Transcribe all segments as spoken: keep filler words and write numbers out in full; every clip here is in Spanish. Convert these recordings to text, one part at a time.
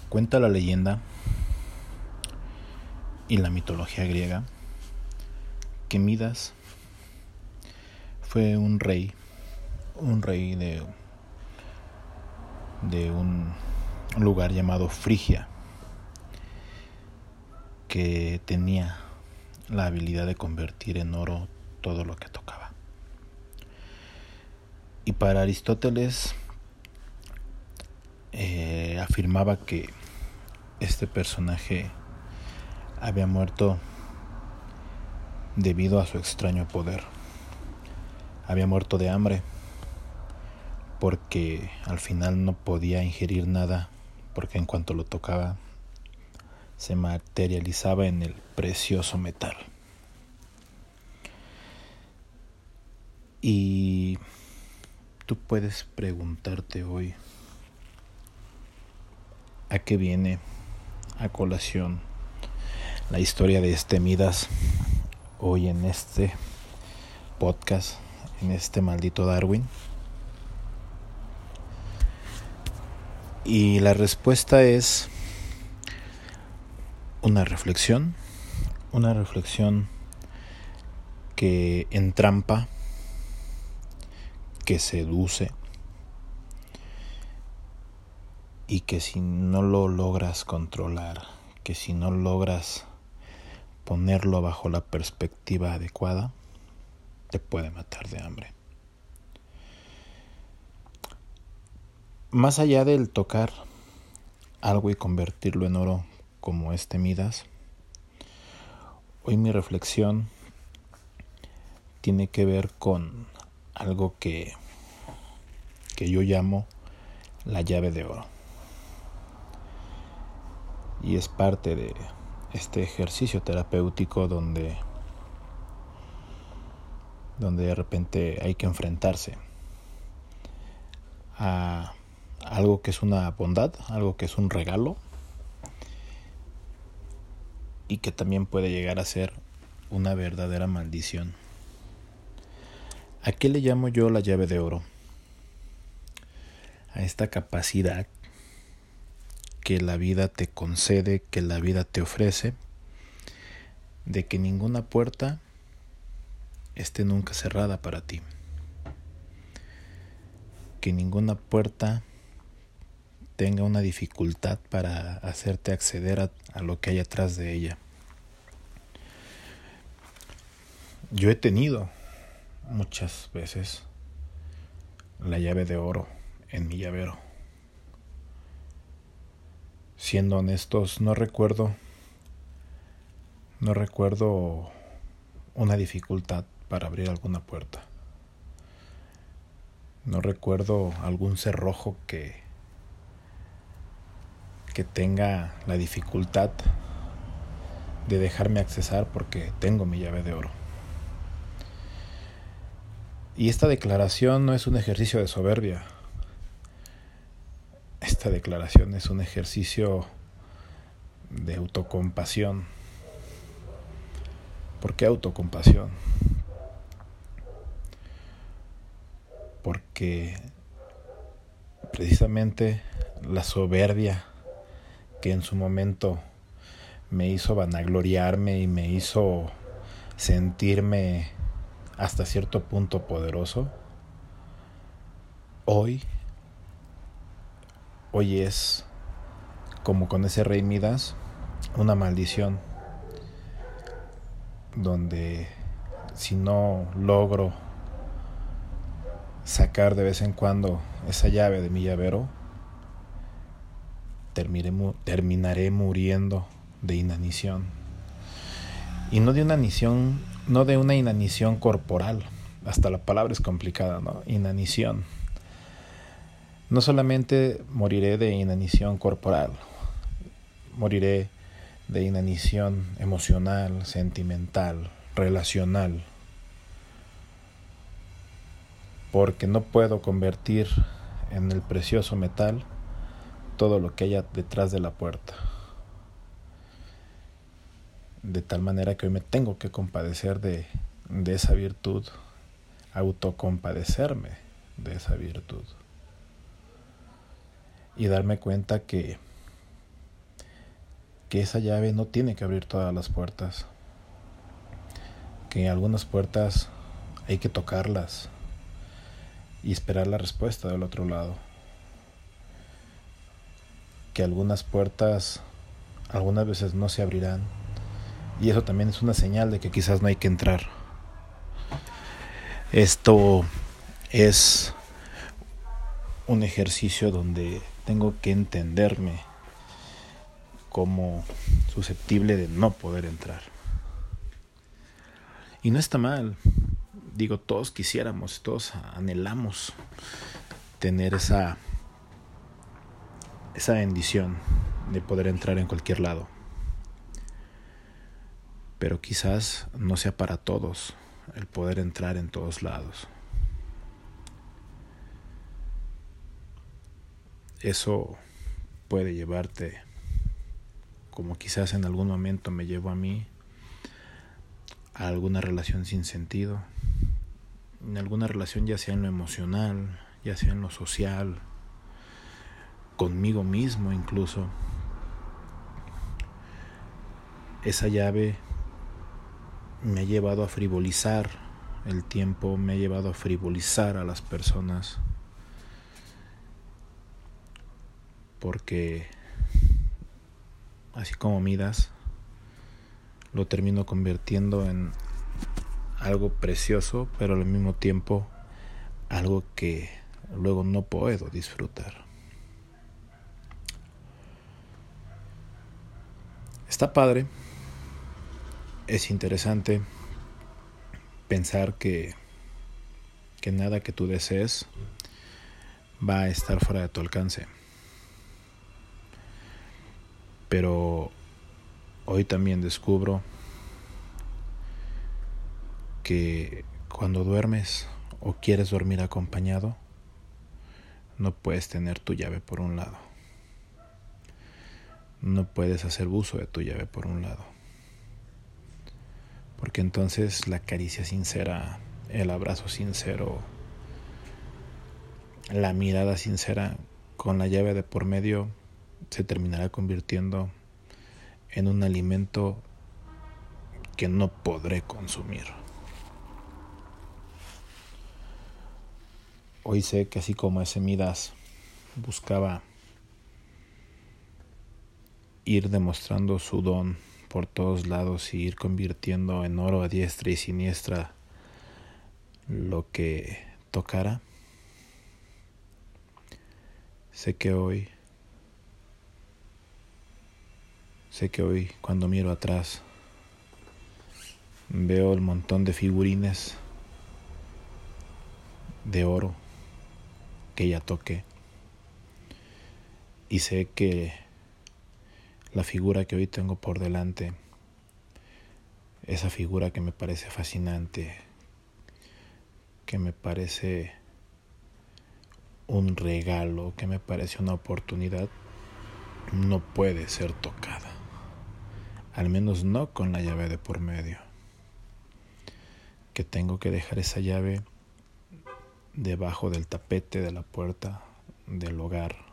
Cuenta la leyenda y la mitología griega que Midas fue un rey, un rey de, de un lugar llamado Frigia, que tenía la habilidad de convertir en oro todo lo que tocaba. Y para Aristóteles eh, afirmaba que este personaje había muerto debido a su extraño poder. Había muerto de hambre porque al final no podía ingerir nada, porque en cuanto lo tocaba se materializaba en el precioso metal. Y tú puedes preguntarte hoy, ¿a qué viene a colación la historia de este Midas hoy en este podcast, en este maldito Darwin? Y la respuesta es una reflexión, una reflexión que entrampa, que seduce, y que si no lo logras controlar, que si no logras ponerlo bajo la perspectiva adecuada, te puede matar de hambre. Más allá del tocar algo y convertirlo en oro como este Midas, hoy mi reflexión tiene que ver con algo que, que yo llamo la llave de oro. Y es parte de este ejercicio terapéutico donde, donde de repente hay que enfrentarse a algo que es una bondad, algo que es un regalo, y que también puede llegar a ser una verdadera maldición. ¿A qué le llamo yo la llave de oro? A esta capacidad que la vida te concede, que la vida te ofrece, de que ninguna puerta esté nunca cerrada para ti, que ninguna puerta tenga una dificultad para hacerte acceder a, a lo que hay atrás de ella. Yo he tenido muchas veces la llave de oro en mi llavero. Siendo honestos, no recuerdo, no recuerdo una dificultad para abrir alguna puerta. No recuerdo algún cerrojo que que tenga la dificultad de dejarme accesar porque tengo mi llave de oro. Y esta declaración no es un ejercicio de soberbia. Esta declaración es un ejercicio de autocompasión. ¿Por qué autocompasión? Porque precisamente la soberbia que en su momento me hizo vanagloriarme y me hizo sentirme hasta cierto punto poderoso, hoy, hoy es, como con ese rey Midas, una maldición, donde si no logro sacar de vez en cuando esa llave de mi llavero, terminaré, terminaré muriendo de inanición. Y no de una inanición, no de una inanición corporal. Hasta la palabra es complicada, ¿no? Inanición. No solamente moriré de inanición corporal, moriré de inanición emocional, sentimental, relacional. Porque no puedo convertir en el precioso metal todo lo que haya detrás de la puerta. De tal manera que hoy me tengo que compadecer de, de esa virtud, autocompadecerme de esa virtud. Y darme cuenta que que esa llave no tiene que abrir todas las puertas, que algunas puertas hay que tocarlas y esperar la respuesta del otro lado, que algunas puertas algunas veces no se abrirán y eso también es una señal de que quizás no hay que entrar. Esto es un ejercicio donde tengo que entenderme como susceptible de no poder entrar. Y no está mal. Digo, todos quisiéramos, todos anhelamos tener esa, esa bendición de poder entrar en cualquier lado. Pero quizás no sea para todos el poder entrar en todos lados. Eso puede llevarte, como quizás en algún momento me llevó a mí, a alguna relación sin sentido, en alguna relación ya sea en lo emocional, ya sea en lo social, conmigo mismo incluso. Esa llave me ha llevado a frivolizar el tiempo, me ha llevado a frivolizar a las personas, porque así como Midas, lo termino convirtiendo en algo precioso, pero al mismo tiempo algo que luego no puedo disfrutar. Está padre, es interesante pensar que, que nada que tú desees va a estar fuera de tu alcance. Pero hoy también descubro que cuando duermes o quieres dormir acompañado, no puedes tener tu llave por un lado. No puedes hacer uso de tu llave por un lado. Porque entonces la caricia sincera, el abrazo sincero, la mirada sincera con la llave de por medio se terminará convirtiendo en un alimento que no podré consumir. Hoy sé que así como ese Midas buscaba ir demostrando su don por todos lados y ir convirtiendo en oro a diestra y siniestra lo que tocara, sé que hoy sé que hoy cuando miro atrás veo el montón de figurines de oro que ya toqué y sé que la figura que hoy tengo por delante, esa figura que me parece fascinante, que me parece un regalo, que me parece una oportunidad, no puede ser tocada, al menos no con la llave de por medio, que tengo que dejar esa llave debajo del tapete de la puerta del hogar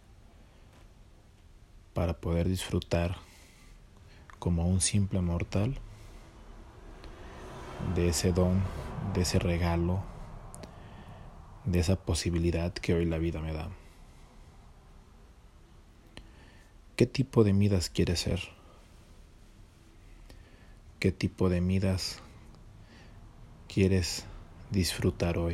para poder disfrutar como un simple mortal de ese don, de ese regalo, de esa posibilidad que hoy la vida me da. ¿Qué tipo de Midas quieres ser? ¿Qué tipo de Midas quieres disfrutar hoy?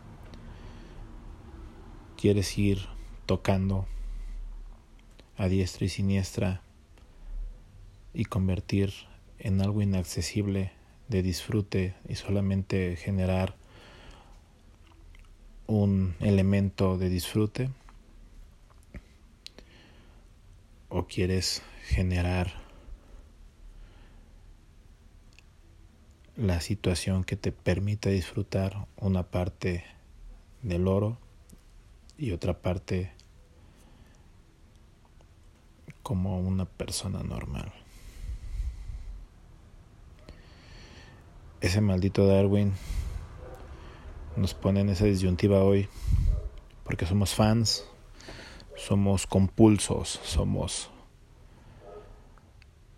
¿Quieres ir tocando a diestra y siniestra y convertir en algo inaccesible de disfrute y solamente generar un elemento de disfrute? ¿O quieres generar la situación que te permita disfrutar una parte del oro y otra parte como una persona normal? Ese maldito Darwin nos pone en esa disyuntiva hoy porque somos fans, somos compulsos, somos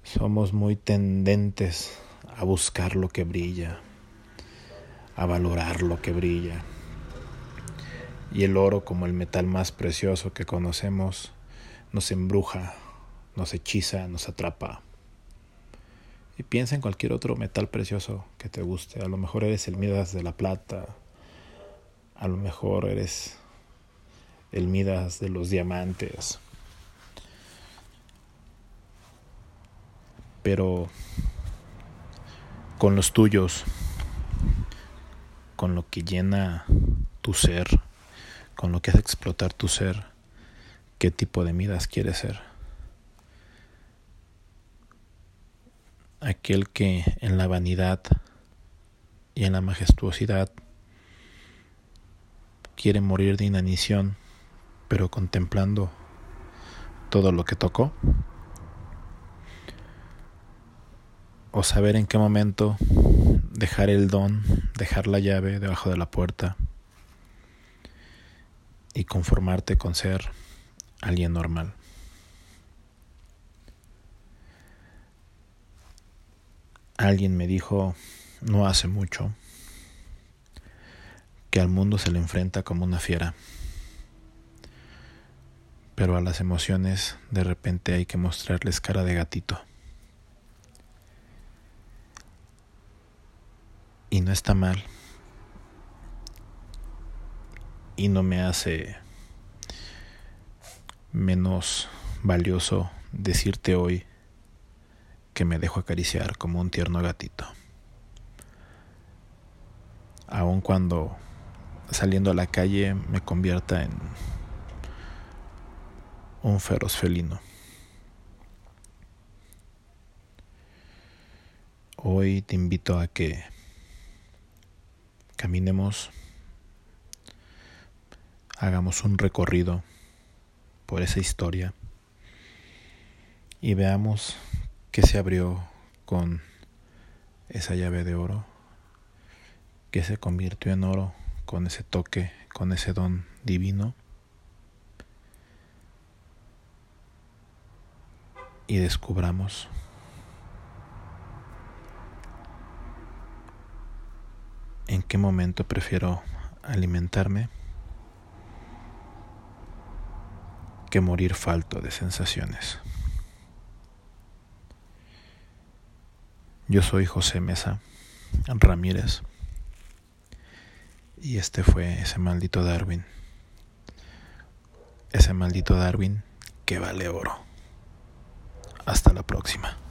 Somos muy tendentes a buscar lo que brilla, a valorar lo que brilla. Y el oro, como el metal más precioso que conocemos, nos embruja, nos hechiza, nos atrapa. Y piensa en cualquier otro metal precioso que te guste. A lo mejor eres el Midas de la plata, a lo mejor eres el Midas de los diamantes. Pero con los tuyos, con lo que llena tu ser, con lo que hace explotar tu ser, ¿qué tipo de Midas quieres ser? Aquel que en la vanidad y en la majestuosidad quiere morir de inanición, pero contemplando todo lo que tocó, o saber en qué momento dejar el don, dejar la llave debajo de la puerta y conformarte con ser alguien normal. Alguien me dijo no hace mucho que al mundo se le enfrenta como una fiera, pero a las emociones de repente hay que mostrarles cara de gatito. Y no está mal. Y no me hace menos valioso decirte hoy que me dejo acariciar como un tierno gatito. Aun cuando saliendo a la calle me convierta en un feroz felino. Hoy te invito a que caminemos, hagamos un recorrido por esa historia y veamos qué se abrió con esa llave de oro, qué se convirtió en oro con ese toque, con ese don divino, y descubramos en qué momento prefiero alimentarme que morir falto de sensaciones. Yo soy José Mesa Ramírez y este fue ese maldito Darwin, ese maldito Darwin que vale oro. Hasta la próxima.